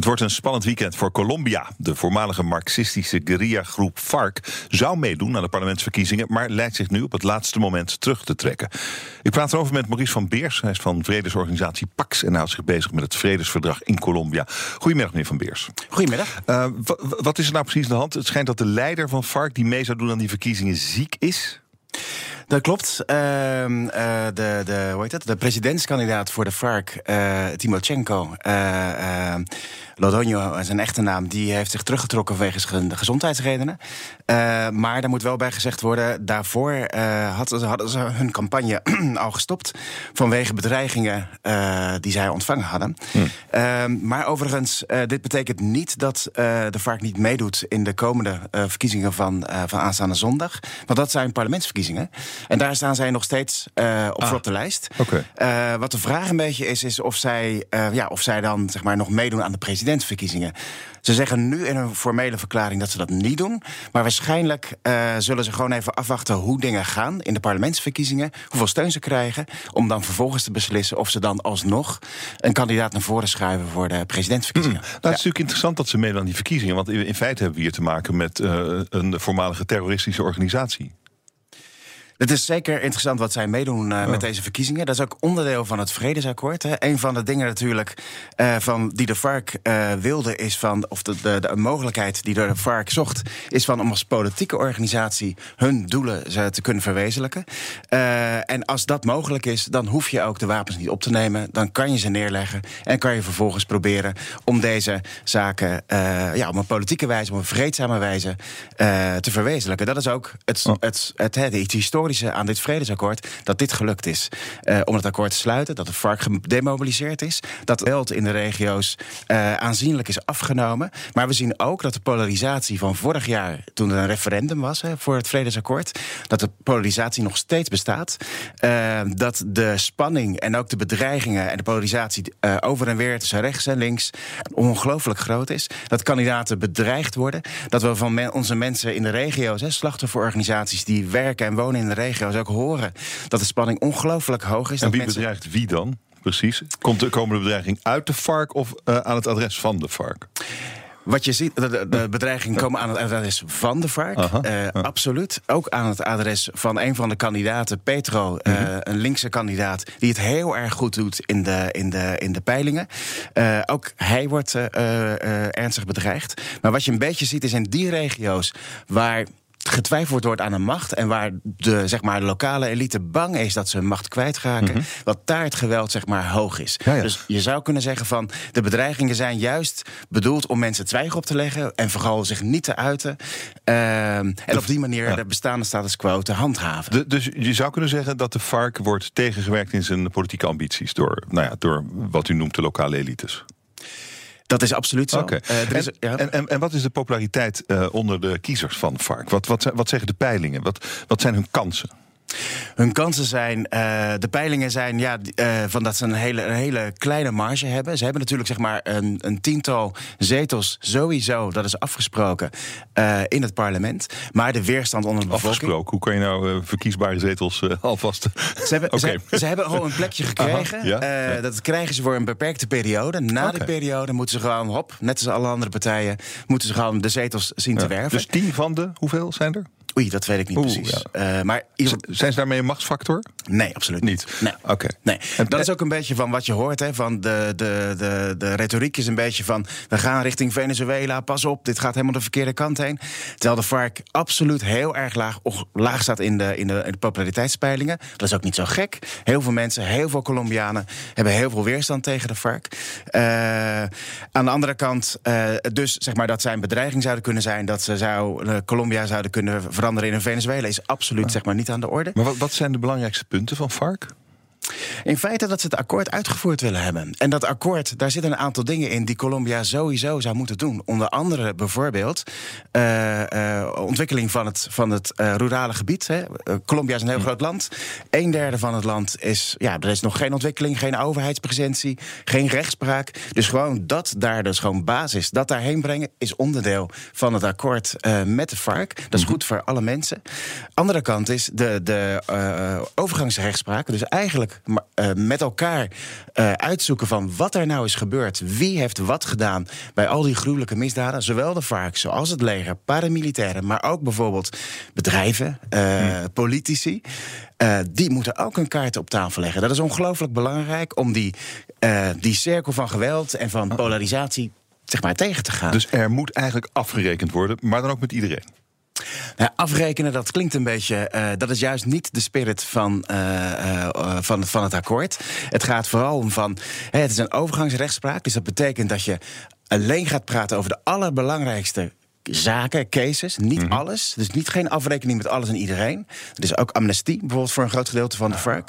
Het wordt een spannend weekend voor Colombia. De voormalige marxistische guerrilla-groep FARC zou meedoen aan de parlementsverkiezingen, maar lijkt zich nu op het laatste moment terug te trekken. Ik praat erover met Maurice van Beers. Hij is van vredesorganisatie PAX en houdt zich bezig met het vredesverdrag in Colombia. Goedemiddag, meneer van Beers. Goedemiddag. Wat is er nou precies aan de hand? Het schijnt dat de leider van FARC die mee zou doen aan die verkiezingen ziek is. Dat klopt. De presidentskandidaat voor de FARC, Timochenko, Lodonio, zijn echte naam, die heeft zich teruggetrokken wegens gezondheidsredenen. Maar daar moet wel bij gezegd worden, daarvoor hadden ze hun campagne al gestopt vanwege bedreigingen die zij ontvangen hadden. Maar overigens, dit betekent niet dat de FARC niet meedoet in de komende verkiezingen van aanstaande zondag. Want dat zijn parlementsverkiezingen. En daar staan zij nog steeds op de lijst. Okay. Wat de vraag een beetje is of zij dan zeg maar nog meedoen aan de presidentsverkiezingen. Ze zeggen nu in een formele verklaring dat ze dat niet doen. Maar waarschijnlijk zullen ze gewoon even afwachten hoe dingen gaan in de parlementsverkiezingen. Hoeveel steun ze krijgen. Om dan vervolgens te beslissen of ze dan alsnog een kandidaat naar voren schuiven voor de presidentsverkiezingen. Het is natuurlijk interessant dat ze meedoen aan die verkiezingen. Want in feite hebben we hier te maken met een voormalige terroristische organisatie. Het is zeker interessant wat zij meedoen met deze verkiezingen. Dat is ook onderdeel van het vredesakkoord. Hè. Een van de dingen natuurlijk die de FARC wilde is van, of de mogelijkheid die door de FARC zocht, is van om als politieke organisatie hun doelen te kunnen verwezenlijken. En als dat mogelijk is, dan hoef je ook de wapens niet op te nemen. Dan kan je ze neerleggen en kan je vervolgens proberen om deze zaken op een politieke wijze, op een vreedzame wijze te verwezenlijken. Dat is ook het historische aan dit vredesakkoord, dat dit gelukt is om het akkoord te sluiten, dat de FARC gedemobiliseerd is, dat het geweld in de regio's aanzienlijk is afgenomen. Maar we zien ook dat de polarisatie van vorig jaar, toen er een referendum was voor het vredesakkoord, dat de polarisatie nog steeds bestaat. Dat de spanning en ook de bedreigingen en de polarisatie over en weer tussen rechts en links ongelooflijk groot is. Dat kandidaten bedreigd worden. Dat we van onze mensen in de regio's, slachtofferorganisaties die werken en wonen in de regio's, ook horen dat de spanning ongelooflijk hoog is. En wie bedreigt wie dan? Precies. Komen de bedreiging uit de FARC of aan het adres van de FARC? Wat je ziet, de bedreigingen komen aan het adres van de FARC. Absoluut. Ook aan het adres van een van de kandidaten, Petro, een linkse kandidaat, die het heel erg goed doet in de peilingen. Ook hij wordt ernstig bedreigd. Maar wat je een beetje ziet is in die regio's waar getwijfeld wordt aan de macht en waar de lokale elite bang is dat ze hun macht kwijtraken, wat daar het geweld hoog is. Ja. Dus je zou kunnen zeggen van de bedreigingen zijn juist bedoeld om mensen twijfel op te leggen en vooral zich niet te uiten en op die manier de bestaande status quo te handhaven. Dus je zou kunnen zeggen dat de FARC wordt tegengewerkt in zijn politieke ambities door wat u noemt de lokale elites. Dat is absoluut zo. Okay. En wat is de populariteit onder de kiezers van FARC? Wat zeggen de peilingen? Wat zijn hun kansen? Hun kansen zijn, de peilingen zijn van dat ze een hele kleine marge hebben. Ze hebben natuurlijk een tiental zetels sowieso, dat is afgesproken in het parlement. Maar de weerstand onder de bevolking. Afgesproken? Hoe kan je nou verkiesbare zetels alvast? Ze hebben gewoon een plekje gekregen. Dat krijgen ze voor een beperkte periode. Na die periode moeten ze gewoon, net als alle andere partijen, moeten ze gewoon de zetels zien te werven. Dus 10 van de, hoeveel zijn er? Oei, dat weet ik niet precies. Ja. Maar zijn ze daarmee een machtsfactor? Nee, absoluut niet. Nee. Nee. Dat is ook een beetje van wat je hoort. Hè, van de retoriek is een beetje van, we gaan richting Venezuela, pas op, dit gaat helemaal de verkeerde kant heen. Terwijl de FARC absoluut heel erg laag staat in de populariteitspeilingen. Dat is ook niet zo gek. Heel veel mensen, heel veel Colombianen hebben heel veel weerstand tegen de FARC. Aan de andere kant, dus dat zij een bedreiging zouden kunnen zijn, dat ze Colombia zouden kunnen veranderen in een Venezuela, is absoluut niet aan de orde. Maar wat zijn de belangrijkste punten van FARC? In feite dat ze het akkoord uitgevoerd willen hebben. En dat akkoord, daar zitten een aantal dingen in die Colombia sowieso zou moeten doen. Onder andere bijvoorbeeld ontwikkeling van het rurale gebied. Hè. Colombia is een heel groot land. 1/3 van het land is, er is nog geen ontwikkeling, geen overheidspresentie, geen rechtspraak. Dus gewoon dat daar dus gewoon basis, dat daarheen brengen, is onderdeel van het akkoord met de FARC. Dat is goed voor alle mensen. Andere kant is de overgangsrechtspraak. Dus eigenlijk mogelijk met elkaar uitzoeken van wat er nou is gebeurd. Wie heeft wat gedaan bij al die gruwelijke misdaden. Zowel de FARC, zoals het leger, paramilitairen, maar ook bijvoorbeeld bedrijven, politici. Die moeten ook een kaart op tafel leggen. Dat is ongelooflijk belangrijk om die cirkel van geweld en van polarisatie zeg maar tegen te gaan. Dus er moet eigenlijk afgerekend worden, maar dan ook met iedereen. Nou, afrekenen, dat klinkt een beetje. Dat is juist niet de spirit van het akkoord. Het gaat vooral om het is een overgangsrechtspraak. Dus dat betekent dat je alleen gaat praten over de allerbelangrijkste zaken, cases, niet alles. Dus geen afrekening met alles en iedereen. Er is ook amnestie, bijvoorbeeld voor een groot gedeelte van de FARC.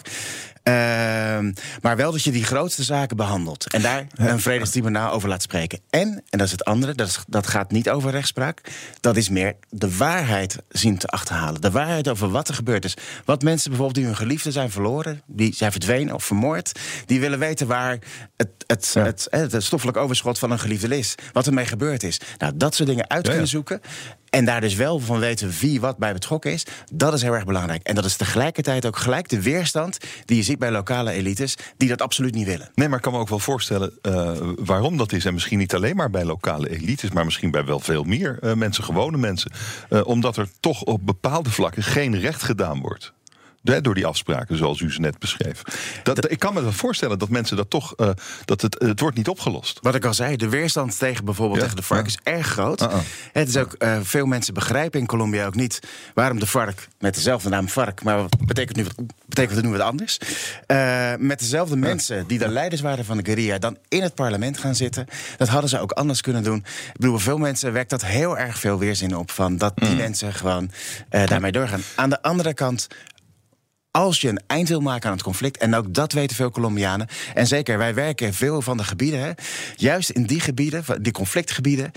Maar wel dat je die grootste zaken behandelt. En daar een vredestribunaal over laat spreken. En dat is het andere, dat gaat niet over rechtspraak. Dat is meer de waarheid zien te achterhalen. De waarheid over wat er gebeurd is. Wat mensen bijvoorbeeld die hun geliefden zijn verloren, die zijn verdwenen of vermoord, die willen weten waar het stoffelijk overschot van een geliefde is. Wat ermee gebeurd is. Nou, dat soort dingen uit kunnen zoeken. En daar dus wel van weten wie wat bij betrokken is. Dat is heel erg belangrijk. En dat is tegelijkertijd ook gelijk de weerstand die je ziet bij lokale elites die dat absoluut niet willen. Nee, maar ik kan me ook wel voorstellen waarom dat is. En misschien niet alleen maar bij lokale elites, maar misschien bij wel veel meer mensen, gewone mensen. Omdat er toch op bepaalde vlakken geen recht gedaan wordt. Door die afspraken, zoals u ze net beschreef. Ik kan me wel voorstellen dat mensen dat toch. Het wordt niet opgelost. Wat ik al zei, de weerstand tegen bijvoorbeeld tegen de FARC is erg groot. Het is ook, veel mensen begrijpen in Colombia ook niet waarom de FARC, met dezelfde naam FARC, maar betekent het nu wat anders. Met dezelfde mensen die de leiders waren van de guerrilla dan in het parlement gaan zitten. Dat hadden ze ook anders kunnen doen. Ik bedoel, voor veel mensen wekt dat heel erg veel weerzin op van dat die mensen gewoon daarmee doorgaan. Aan de andere kant, als je een eind wil maken aan het conflict, en ook dat weten veel Colombianen, en zeker, wij werken veel van de gebieden, juist in die gebieden, die conflictgebieden,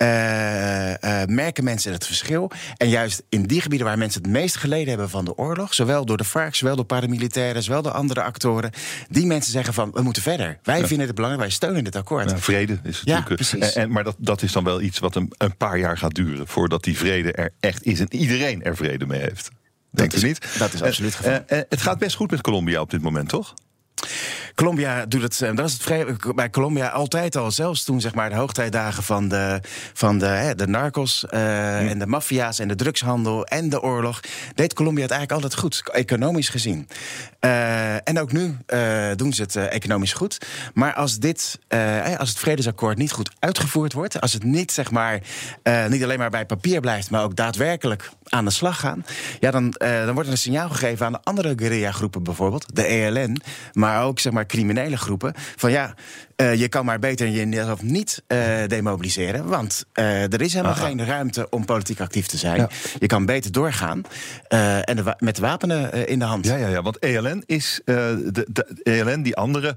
merken mensen het verschil. En juist in die gebieden waar mensen het meest geleden hebben van de oorlog, zowel door de FARC, zowel door paramilitairen, zowel door andere actoren, die mensen zeggen van, we moeten verder. Wij vinden het belangrijk, wij steunen dit akkoord. Ja, vrede is natuurlijk. Precies. Maar dat is dan wel iets wat een paar jaar gaat duren, voordat die vrede er echt is en iedereen er vrede mee heeft. Denkt u niet? Dat is absoluut het geval. Het gaat best goed met Colombia op dit moment, toch? Colombia doet het. Dat is het bij Colombia altijd al. Zelfs toen zeg maar de hoogtijdagen van de narcos en de maffia's en de drugshandel en de oorlog, deed Colombia het eigenlijk altijd goed, economisch gezien. En ook nu doen ze het economisch goed. Maar als het vredesakkoord niet goed uitgevoerd wordt, als het niet zeg maar niet alleen maar bij papier blijft, maar ook daadwerkelijk aan de slag gaan, ja, dan wordt er een signaal gegeven aan de andere guerrilla-groepen, bijvoorbeeld de ELN, maar ook zeg maar criminele groepen, van ja, je kan maar beter jezelf niet demobiliseren, want er is helemaal geen ruimte om politiek actief te zijn. Ja. Je kan beter doorgaan en met de wapenen in de hand. Ja, want ELN is de ELN, die andere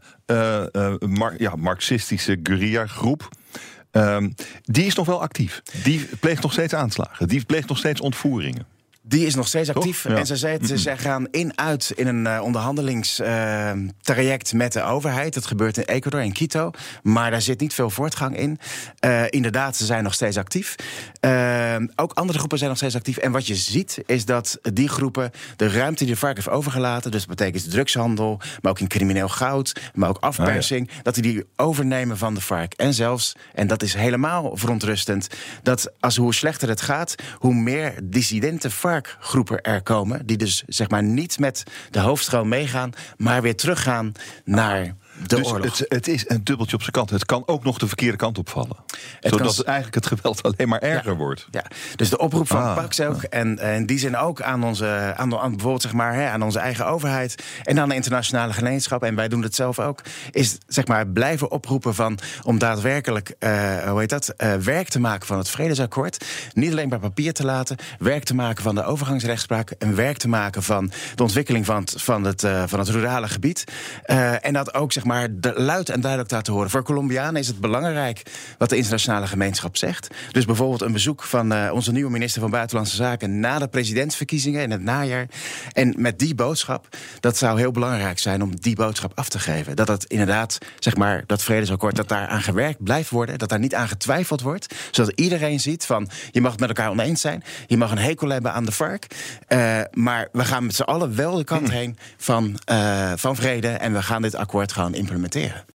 marxistische guerrilla-groep. Die is nog wel actief. Die pleegt nog steeds aanslagen. Die pleegt nog steeds ontvoeringen. Die is nog steeds actief. Ja. En zij gaan uit in een onderhandelingstraject met de overheid. Dat gebeurt in Ecuador, in Quito. Maar daar zit niet veel voortgang in. Inderdaad, ze zijn nog steeds actief. Ook andere groepen zijn nog steeds actief. En wat je ziet, is dat die groepen de ruimte die de FARC heeft overgelaten, dus dat betekent drugshandel, maar ook in crimineel goud, maar ook afpersing, dat die overnemen van de FARC. En zelfs, en dat is helemaal verontrustend, dat hoe slechter het gaat, hoe meer dissidenten FARC-groepen er komen, die dus zeg maar niet met de hoofdstroom meegaan, maar weer teruggaan naar de oorlog. Het is een dubbeltje op zijn kant. Het kan ook nog de verkeerde kant opvallen. Zodat eigenlijk het geweld alleen maar erger wordt. Ja. Dus de oproep van Pax ook. En in die zin ook aan bijvoorbeeld zeg maar, aan onze eigen overheid en aan de internationale gemeenschap. En wij doen het zelf ook. Is zeg maar blijven oproepen om daadwerkelijk werk te maken van het vredesakkoord. Niet alleen bij papier te laten. Werk te maken van de overgangsrechtspraak. En werk te maken van de ontwikkeling van het rurale gebied. En dat ook zeg zeg maar luid en duidelijk laten horen. Voor Colombianen is het belangrijk wat de internationale gemeenschap zegt. Dus bijvoorbeeld een bezoek van onze nieuwe minister van Buitenlandse Zaken na de presidentsverkiezingen in het najaar. En met die boodschap, dat zou heel belangrijk zijn om die boodschap af te geven. Dat het inderdaad, zeg maar, dat vredesakkoord, dat daar aan gewerkt blijft worden, dat daar niet aan getwijfeld wordt, zodat iedereen ziet van, je mag het met elkaar oneens zijn, je mag een hekel hebben aan de FARC, maar we gaan met z'n allen wel de kant heen van vrede en we gaan dit akkoord gaan implementeren.